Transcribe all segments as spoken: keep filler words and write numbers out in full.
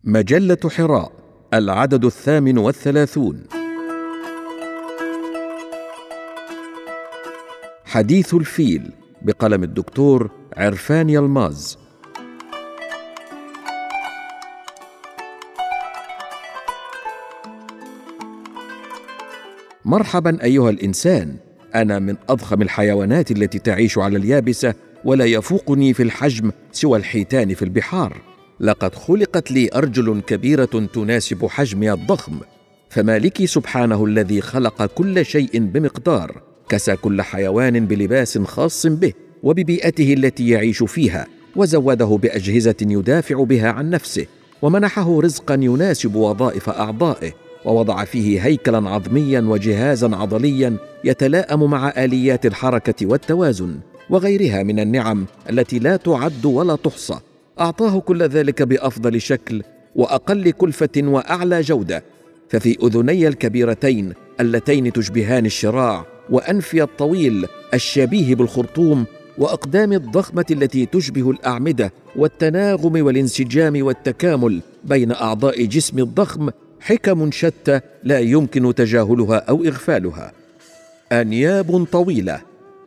مجلة حراء، العدد الثامن والثلاثون. حديث الفيل بقلم الدكتور عرفان يلماز. مرحبا أيها الإنسان، أنا من أضخم الحيوانات التي تعيش على اليابسة، ولا يفوقني في الحجم سوى الحيتان في البحار. لقد خلقت لي أرجل كبيرة تناسب حجمي الضخم، فمالكي سبحانه الذي خلق كل شيء بمقدار، كسى كل حيوان بلباس خاص به وببيئته التي يعيش فيها، وزوده بأجهزة يدافع بها عن نفسه، ومنحه رزقا يناسب وظائف أعضائه، ووضع فيه هيكلا عظميا وجهازا عضليا يتلائم مع آليات الحركة والتوازن وغيرها من النعم التي لا تعد ولا تحصى. أعطاه كل ذلك بأفضل شكل وأقل كلفة وأعلى جودة. ففي أذني الكبيرتين اللتين تشبهان الشراع، وأنفي الطويل الشبيه بالخرطوم، وأقدامي الضخمة التي تشبه الأعمدة، والتناغم والانسجام والتكامل بين أعضاء جسمي الضخم، حكم شتى لا يمكن تجاهلها أو إغفالها. أنياب طويلة.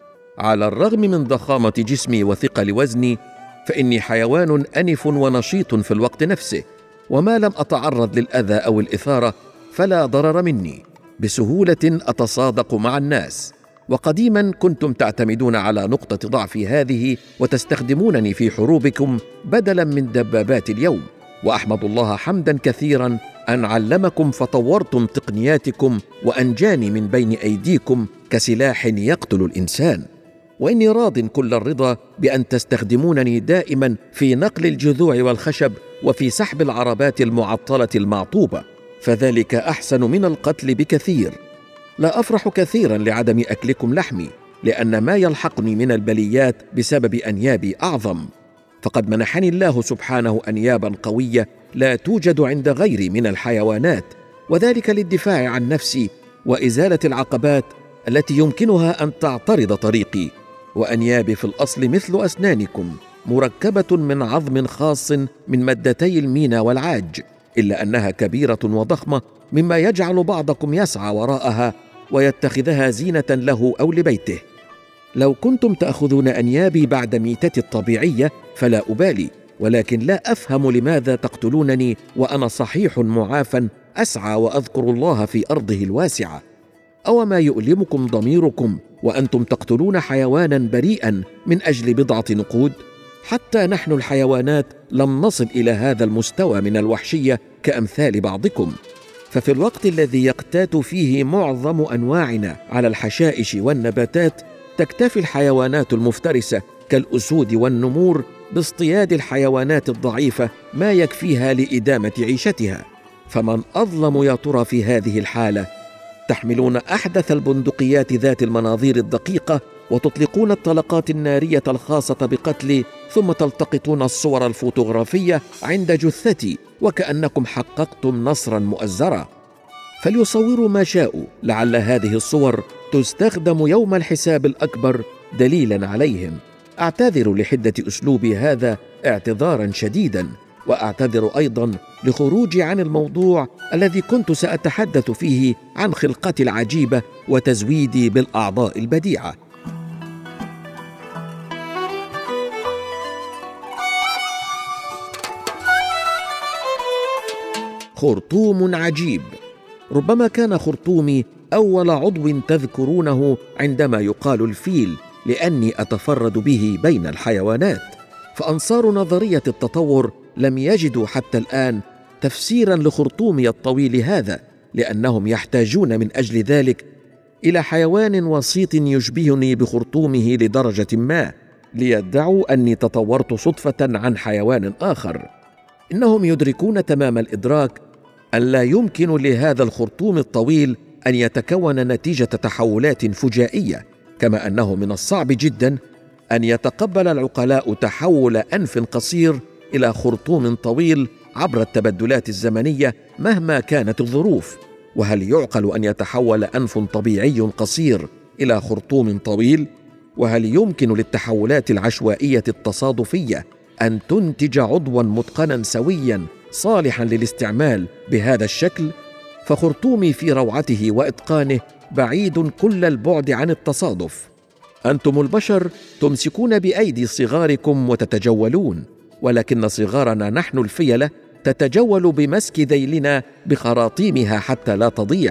على الرغم من ضخامة جسمي وثقل وزني، فإني حيوان أنف ونشيط في الوقت نفسه، وما لم أتعرض للأذى أو الإثارة فلا ضرر مني، بسهولة أتصادق مع الناس. وقديما كنتم تعتمدون على نقطة ضعفي هذه وتستخدمونني في حروبكم بدلا من دبابات اليوم، وأحمد الله حمدا كثيرا أن علمكم فطورتم تقنياتكم وأنجاني من بين أيديكم كسلاح يقتل الإنسان. وإني راض كل الرضا بأن تستخدمونني دائما في نقل الجذوع والخشب وفي سحب العربات المعطلة المعطوبة، فذلك أحسن من القتل بكثير. لا أفرح كثيرا لعدم أكلكم لحمي، لأن ما يلحقني من البليات بسبب أنيابي أعظم، فقد منحني الله سبحانه أنيابا قوية لا توجد عند غيري من الحيوانات، وذلك للدفاع عن نفسي وإزالة العقبات التي يمكنها أن تعترض طريقي. وأنيابي في الأصل مثل أسنانكم، مركبة من عظم خاص من مادتي المينا والعاج، إلا أنها كبيرة وضخمة، مما يجعل بعضكم يسعى وراءها ويتخذها زينة له أو لبيته. لو كنتم تأخذون أنيابي بعد ميتتي الطبيعية فلا أبالي، ولكن لا أفهم لماذا تقتلونني وأنا صحيح معافى أسعى وأذكر الله في أرضه الواسعة. أو ما يؤلمكم ضميركم وأنتم تقتلون حيوانا بريئا من أجل بضعة نقود؟ حتى نحن الحيوانات لم نصل إلى هذا المستوى من الوحشية كأمثال بعضكم. ففي الوقت الذي يقتات فيه معظم أنواعنا على الحشائش والنباتات، تكتفي الحيوانات المفترسة كالأسود والنمور باصطياد الحيوانات الضعيفة ما يكفيها لإدامة عيشتها. فمن أظلم يا ترى في هذه الحالة؟ تحملون أحدث البندقيات ذات المناظير الدقيقة، وتطلقون الطلقات النارية الخاصة بقتلي، ثم تلتقطون الصور الفوتوغرافية عند جثتي وكأنكم حققتم نصرا مؤزرا. فليصوروا ما شاءوا، لعل هذه الصور تستخدم يوم الحساب الأكبر دليلا عليهم. أعتذر لحدة أسلوبي هذا اعتذارا شديدا، وأعتذر أيضا لخروجي عن الموضوع الذي كنت سأتحدث فيه عن خلقتي العجيبة وتزويدي بالأعضاء البديعة. خرطوم عجيب. ربما كان خرطومي أول عضو تذكرونه عندما يقال الفيل، لأني أتفرد به بين الحيوانات. فأنصار نظرية التطور لم يجدوا حتى الآن تفسيرا لخرطومي الطويل هذا، لأنهم يحتاجون من أجل ذلك إلى حيوان وسيط يشبهني بخرطومه لدرجة ما، ليدعوا أني تطورت صدفة عن حيوان آخر. إنهم يدركون تمام الإدراك أن لا يمكن لهذا الخرطوم الطويل أن يتكون نتيجة تحولات فجائية، كما أنه من الصعب جدا أن يتقبل العقلاء تحول أنف قصير إلى خرطوم طويل عبر التبدلات الزمنية مهما كانت الظروف. وهل يعقل أن يتحول أنف طبيعي قصير إلى خرطوم طويل؟ وهل يمكن للتحولات العشوائية التصادفية أن تنتج عضوا متقنا سويا صالحا للاستعمال بهذا الشكل، فخرطومي في روعته وإتقانه بعيد كل البعد عن التصادف. أنتم البشر تمسكون بأيدي صغاركم وتتجولون، ولكن صغارنا نحن الفيلة تتجول بمسك ذيلنا بخراطيمها حتى لا تضيع.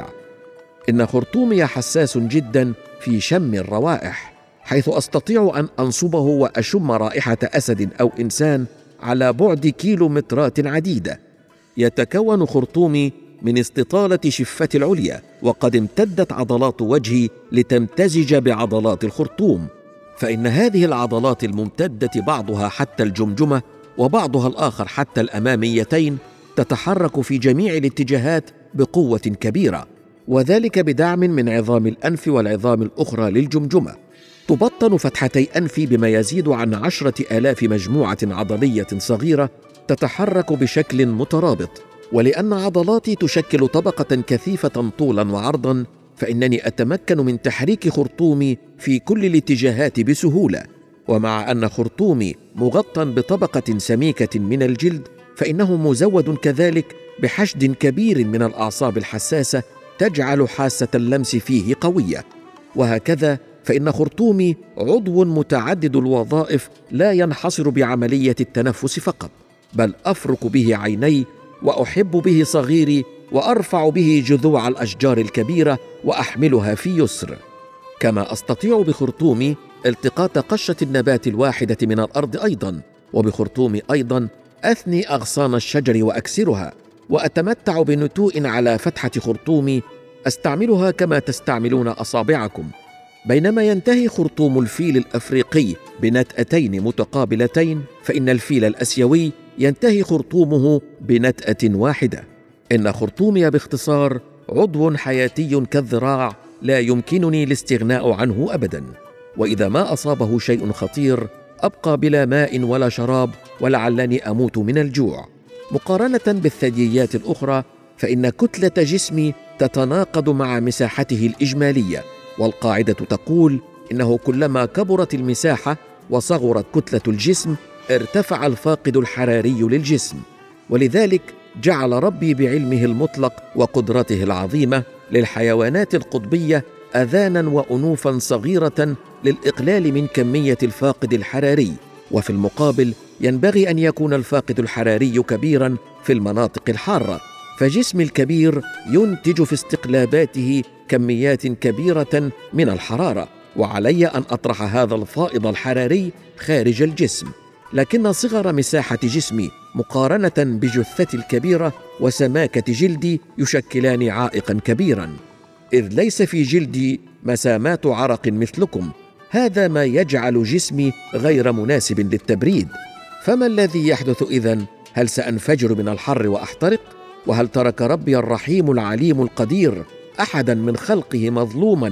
إن خرطومي حساس جدا في شم الروائح، حيث أستطيع أن أنصبه وأشم رائحة أسد أو إنسان على بعد كيلومترات عديدة. يتكون خرطومي من استطالة شفتي العليا، وقد امتدت عضلات وجهي لتمتزج بعضلات الخرطوم، فإن هذه العضلات الممتدة بعضها حتى الجمجمة وبعضها الآخر حتى الأماميتين تتحرك في جميع الاتجاهات بقوة كبيرة، وذلك بدعم من عظام الأنف والعظام الأخرى للجمجمة. تبطن فتحتي أنفي بما يزيد عن عشرة آلاف مجموعة عضلية صغيرة تتحرك بشكل مترابط، ولأن عضلاتي تشكل طبقة كثيفة طولا وعرضا، فإنني أتمكن من تحريك خرطومي في كل الاتجاهات بسهولة. ومع أن خرطومي مغطى بطبقة سميكة من الجلد، فإنه مزود كذلك بحشد كبير من الأعصاب الحساسة تجعل حاسة اللمس فيه قوية. وهكذا فإن خرطومي عضو متعدد الوظائف لا ينحصر بعملية التنفس فقط، بل أفرك به عيني، وأحب به صغيري، وأرفع به جذوع الأشجار الكبيرة وأحملها في يسر. كما أستطيع بخرطومي التقاط قشة النبات الواحدة من الأرض أيضا، وبخرطومي أيضا أثني أغصان الشجر وأكسرها، وأتمتع بنتوء على فتحة خرطومي أستعملها كما تستعملون أصابعكم. بينما ينتهي خرطوم الفيل الأفريقي بنتأتين متقابلتين، فإن الفيل الأسيوي ينتهي خرطومه بنتأة واحدة. إن خرطومي باختصار عضو حياتي كالذراع لا يمكنني الاستغناء عنه أبدا، وإذا ما أصابه شيء خطير أبقى بلا ماء ولا شراب، ولعلني أموت من الجوع. مقارنة بالثدييات الأخرى، فإن كتلة جسمي تتناقض مع مساحته الإجمالية، والقاعدة تقول إنه كلما كبرت المساحة وصغرت كتلة الجسم ارتفع الفاقد الحراري للجسم. ولذلك جعل ربي بعلمه المطلق وقدرته العظيمة للحيوانات القطبية أذانا وأنوفا صغيرة للإقلال من كمية الفاقد الحراري، وفي المقابل ينبغي أن يكون الفاقد الحراري كبيرا في المناطق الحارة، فجسم الكبير ينتج في استقلاباته كميات كبيرة من الحرارة، وعلي أن أطرح هذا الفائض الحراري خارج الجسم. لكن صغر مساحة جسمي مقارنة بجثتي الكبيرة وسماكة جلدي يشكلان عائقا كبيرا، إذ ليس في جلدي مسامات عرق مثلكم. هذا ما يجعل جسمي غير مناسب للتبريد. فما الذي يحدث إذن؟ هل سأنفجر من الحر وأحترق؟ وهل ترك ربي الرحيم العليم القدير أحدا من خلقه مظلوما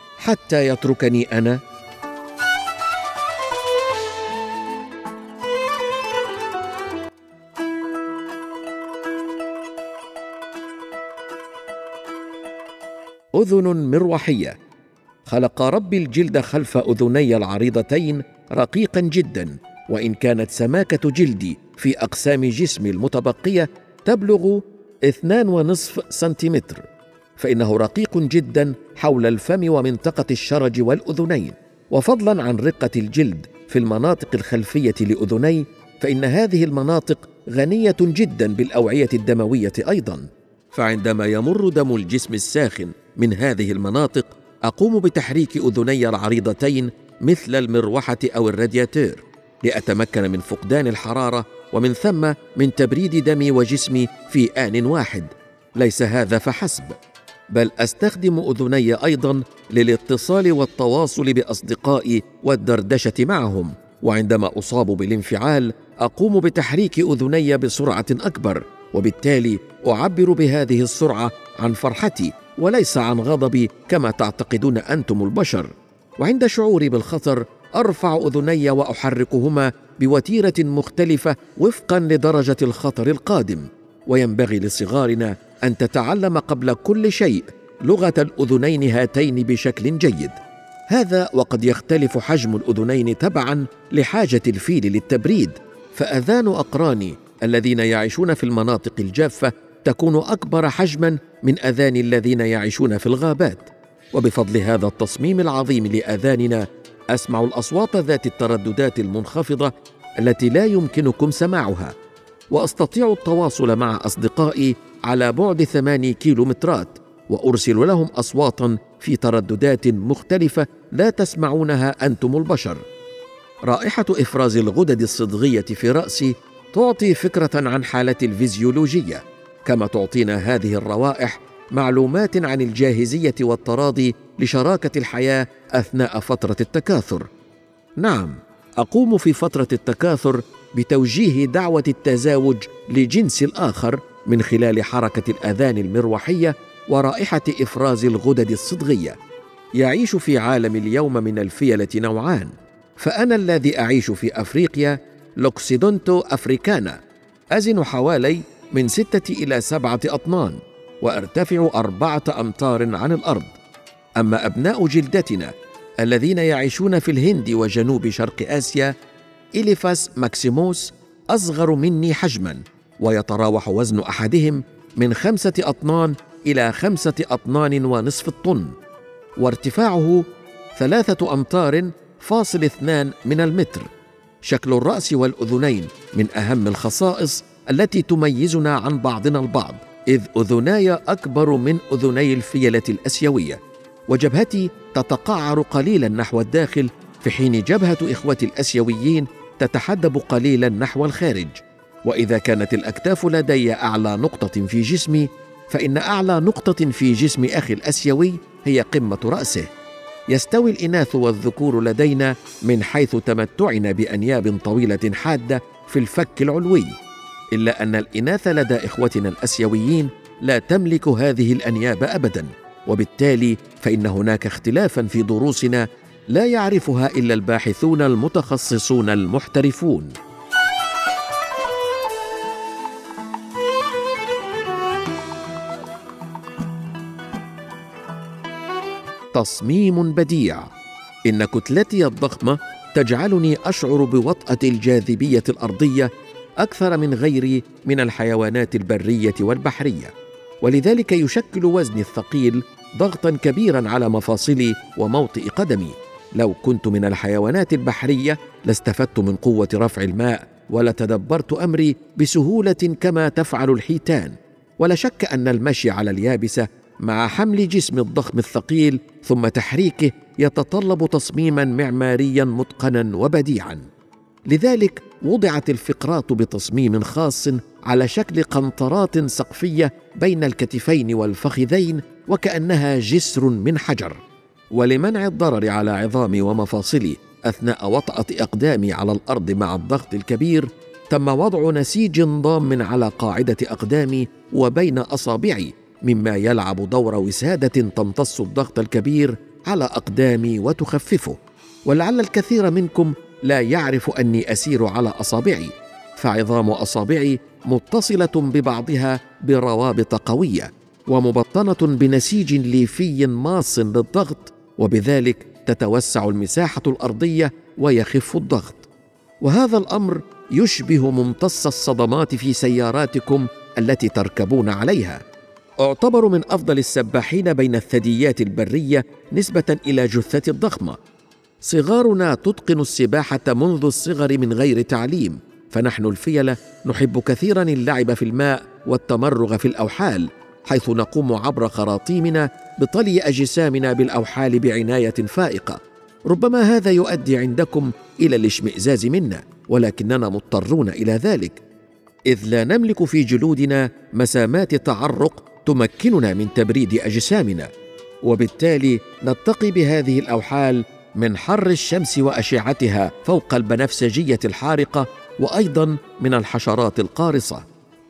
حتى يتركني أنا؟ أذن مروحية. خلق ربي الجلد خلف أذني العريضتين رقيقا جدا، وإن كانت سماكة جلدي في أقسام جسمي المتبقية تبلغ اثنان ونصف سنتيمتر، فإنه رقيق جدا حول الفم ومنطقة الشرج والأذنين. وفضلا عن رقة الجلد في المناطق الخلفية لأذني، فإن هذه المناطق غنية جدا بالأوعية الدموية أيضا، فعندما يمر دم الجسم الساخن من هذه المناطق أقوم بتحريك أذني العريضتين مثل المروحة أو الرادياتير، لأتمكن من فقدان الحرارة، ومن ثم من تبريد دمي وجسمي في آن واحد. ليس هذا فحسب، بل أستخدم أذني أيضا للاتصال والتواصل بأصدقائي والدردشة معهم، وعندما أصاب بالانفعال أقوم بتحريك أذني بسرعة أكبر، وبالتالي أعبر بهذه السرعة عن فرحتي وليس عن غضبي كما تعتقدون أنتم البشر. وعند شعوري بالخطر أرفع أذني وأحركهما بوتيرة مختلفة وفقا لدرجة الخطر القادم. وينبغي لصغارنا أن تتعلم قبل كل شيء لغة الأذنين هاتين بشكل جيد. هذا وقد يختلف حجم الأذنين تبعا لحاجة الفيل للتبريد، فأذان أقراني الذين يعيشون في المناطق الجافة تكون أكبر حجماً من آذان الذين يعيشون في الغابات. وبفضل هذا التصميم العظيم لآذاننا أسمع الأصوات ذات الترددات المنخفضة التي لا يمكنكم سماعها، وأستطيع التواصل مع أصدقائي على بعد ثماني كيلومترات، وأرسل لهم أصواتاً في ترددات مختلفة لا تسمعونها أنتم البشر. رائحة إفراز الغدد الصدغية في رأسي تعطي فكرة عن حالتي الفيزيولوجية، كما تعطينا هذه الروائح معلومات عن الجاهزية والتراضي لشراكة الحياة أثناء فترة التكاثر. نعم، أقوم في فترة التكاثر بتوجيه دعوة التزاوج لجنس الآخر من خلال حركة الآذان المروحية ورائحة إفراز الغدد الصدغية. يعيش في عالم اليوم من الفيلة نوعان، فأنا الذي أعيش في أفريقيا لوكسيدونتو أفريكانا، أزن حوالي من ستة إلى سبعة أطنان وأرتفع أربعة أمتار عن الأرض. أما أبناء جلدتنا الذين يعيشون في الهند وجنوب شرق آسيا، إليفاس ماكسيموس أصغر مني حجماً، ويتراوح وزن أحدهم من خمسة أطنان إلى خمسة أطنان ونصف الطن، وارتفاعه ثلاثة أمتار فاصل اثنان من المتر. شكل الرأس والأذنين من أهم الخصائص التي تميزنا عن بعضنا البعض، إذ أذناي أكبر من أذني الفيلة الأسيوية، وجبهتي تتقعر قليلا نحو الداخل، في حين جبهة إخوتي الأسيويين تتحدب قليلا نحو الخارج. وإذا كانت الأكتاف لدي أعلى نقطة في جسمي، فإن أعلى نقطة في جسم أخي الأسيوي هي قمة رأسه. يستوي الإناث والذكور لدينا من حيث تمتعنا بأنياب طويلة حادة في الفك العلوي، إلا أن الإناث لدى إخوتنا الأسيويين لا تملك هذه الأنياب أبداً، وبالتالي فإن هناك اختلافاً في ضروسنا لا يعرفها إلا الباحثون المتخصصون المحترفون. تصميم بديع. إن كتلتي الضخمة تجعلني أشعر بوطأة الجاذبية الأرضية أكثر من غيري من الحيوانات البرية والبحرية، ولذلك يشكل وزني الثقيل ضغطاً كبيراً على مفاصلي وموطئ قدمي. لو كنت من الحيوانات البحرية لاستفدت من قوة رفع الماء ولتدبرت أمري بسهولة كما تفعل الحيتان. ولا شك أن المشي على اليابسة مع حمل جسم الضخم الثقيل ثم تحريكه يتطلب تصميماً معمارياً متقناً وبديعاً. لذلك وضعت الفقرات بتصميم خاص على شكل قنطرات سقفية بين الكتفين والفخذين، وكأنها جسر من حجر. ولمنع الضرر على عظامي ومفاصلي أثناء وطأة أقدامي على الأرض مع الضغط الكبير، تم وضع نسيج ضام على قاعدة أقدامي وبين أصابعي، مما يلعب دور وسادة تمتص الضغط الكبير على أقدامي وتخففه. ولعل الكثير منكم لا يعرف أني أسير على أصابعي، فعظام أصابعي متصلة ببعضها بروابط قوية ومبطنة بنسيج ليفي ماص للضغط، وبذلك تتوسع المساحة الأرضية ويخف الضغط. وهذا الأمر يشبه ممتص الصدمات في سياراتكم التي تركبون عليها. أعتبر من أفضل السباحين بين الثدييات البرية نسبة إلى جثتي الضخمة. صغارنا تتقن السباحة منذ الصغر من غير تعليم، فنحن الفيلة نحب كثيرا اللعب في الماء والتمرغ في الأوحال، حيث نقوم عبر خراطيمنا بطلي أجسامنا بالأوحال بعناية فائقة. ربما هذا يؤدي عندكم إلى الاشمئزاز منا، ولكننا مضطرون إلى ذلك، إذ لا نملك في جلودنا مسامات تعرق تمكننا من تبريد أجسامنا، وبالتالي نتقي بهذه الأوحال من حر الشمس وأشعتها فوق البنفسجية الحارقة، وأيضا من الحشرات القارصة.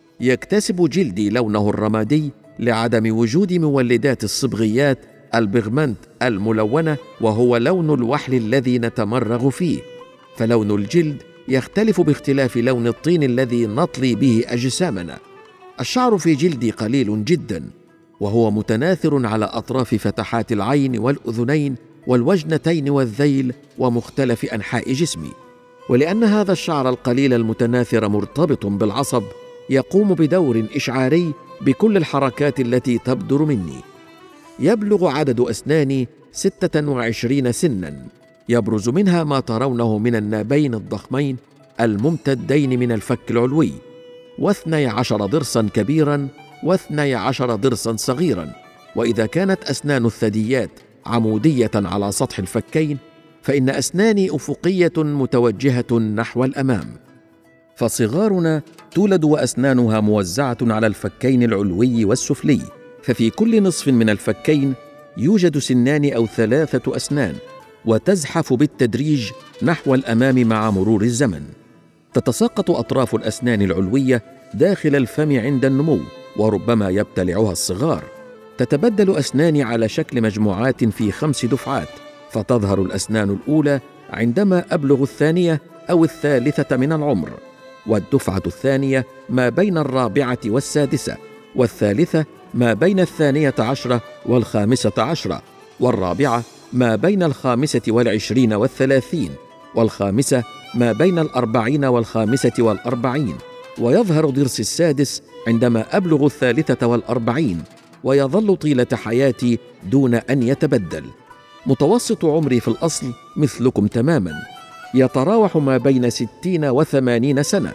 يكتسب جلدي لونه الرمادي لعدم وجود مولدات الصبغيات البيغمنت الملونة، وهو لون الوحل الذي نتمرغ فيه. فلون الجلد يختلف باختلاف لون الطين الذي نطلي به أجسامنا. الشعر في جلدي قليل جدا، وهو متناثر على أطراف فتحات العين والأذنين والوجنتين والذيل ومختلف أنحاء جسمي. ولأن هذا الشعر القليل المتناثر مرتبط بالعصب، يقوم بدور إشعاري بكل الحركات التي تبدر مني. يبلغ عدد أسناني ستة وعشرين سنا، يبرز منها ما ترونه من النابين الضخمين الممتدين من الفك العلوي، واثني عشر ضرسا كبيرا واثني عشر ضرسا صغيرا. وإذا كانت أسنان الثدييات عمودية على سطح الفكين، فإن أسناني أفقية متوجهة نحو الأمام. فصغارنا تولد وأسنانها موزعة على الفكين العلوي والسفلي، ففي كل نصف من الفكين يوجد سنان أو ثلاثة أسنان، وتزحف بالتدريج نحو الأمام مع مرور الزمن. تتساقط أطراف الأسنان العلوية داخل الفم عند النمو، وربما يبتلعها الصغار. تتبدل أسناني على شكل مجموعات في خمس دفعات، فتظهر الأسنان الأولى عندما أبلغ الثانية أو الثالثة من العمر، والدفعة الثانية ما بين الرابعة والسادسة، والثالثة ما بين الثانية عشرة والخامسة عشرة، والرابعة ما بين الخامسة والعشرين والثلاثين، والخامسة ما بين الأربعين والخامسة والأربعين. ويظهر ضرس السادس عندما أبلغ الثالثة والأربعين، ويظل طيلة حياتي دون أن يتبدل. متوسط عمري في الأصل مثلكم تماما، يتراوح ما بين ستين وثمانين سنة.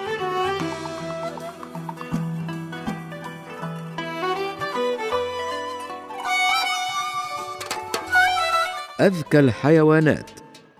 أذكى الحيوانات.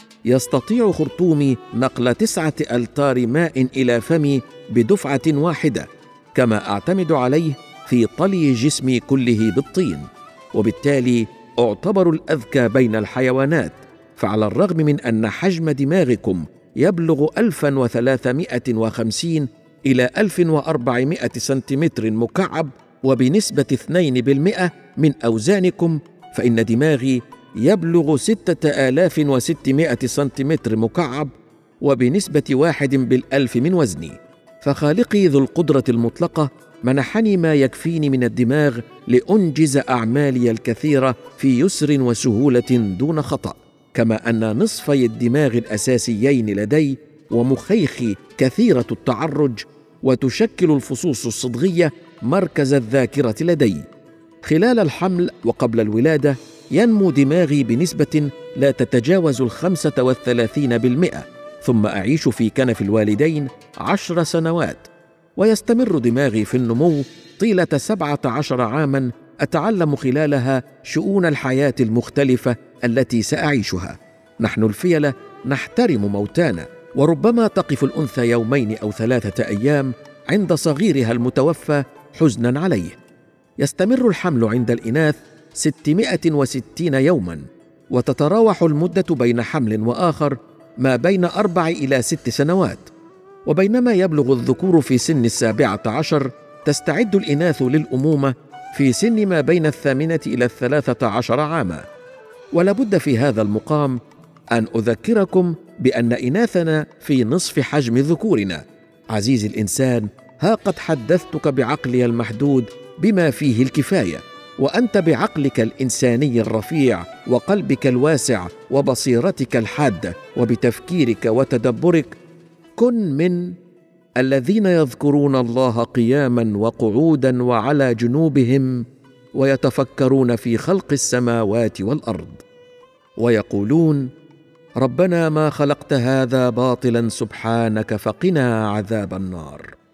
يستطيع خرطومي نقل تسعة ألتار ماء إلى فمي بدفعة واحدة، كما أعتمد عليه في طلي جسمي كله بالطين، وبالتالي أعتبر الأذكى بين الحيوانات. فعلى الرغم من أن حجم دماغكم يبلغ ألفا وثلاثمائة وخمسين إلى ألف وأربعمائة سنتيمتر مكعب، وبنسبة اثنين بالمئة من أوزانكم، فإن دماغي يبلغ ستة آلاف وستمائة سنتيمتر مكعب، وبنسبة واحد بالألف من وزني. فخالقي ذو القدرة المطلقة منحني ما يكفيني من الدماغ لأنجز أعمالي الكثيرة في يسر وسهولة دون خطأ، كما أن نصفي الدماغ الأساسيين لدي ومخيخي كثيرة التعرج، وتشكل الفصوص الصدغية مركز الذاكرة لدي. خلال الحمل وقبل الولادة ينمو دماغي بنسبة لا تتجاوز الخمسة والثلاثين بالمئة، ثم أعيش في كنف الوالدين عشر سنوات، ويستمر دماغي في النمو طيلة سبعة عشر عاماً أتعلم خلالها شؤون الحياة المختلفة التي سأعيشها. نحن الفيلة نحترم موتانا، وربما تقف الأنثى يومين أو ثلاثة أيام عند صغيرها المتوفى حزناً عليه. يستمر الحمل عند الإناث ستمائة وستين يوماً، وتتراوح المدة بين حمل وآخر ما بين أربع إلى ست سنوات. وبينما يبلغ الذكور في سن السابعة عشر، تستعد الإناث للأمومة في سن ما بين الثامنة إلى الثلاثة عشر عاما. ولابد في هذا المقام أن أذكركم بأن إناثنا في نصف حجم ذكورنا. عزيزي الإنسان، ها قد حدثتك بعقلي المحدود بما فيه الكفاية، وأنت بعقلك الإنساني الرفيع وقلبك الواسع وبصيرتك الحادة وبتفكيرك وتدبرك، كن من الذين يذكرون الله قياما وقعودا وعلى جنوبهم، ويتفكرون في خلق السماوات والأرض، ويقولون: ربنا ما خلقت هذا باطلا، سبحانك فقنا عذاب النار.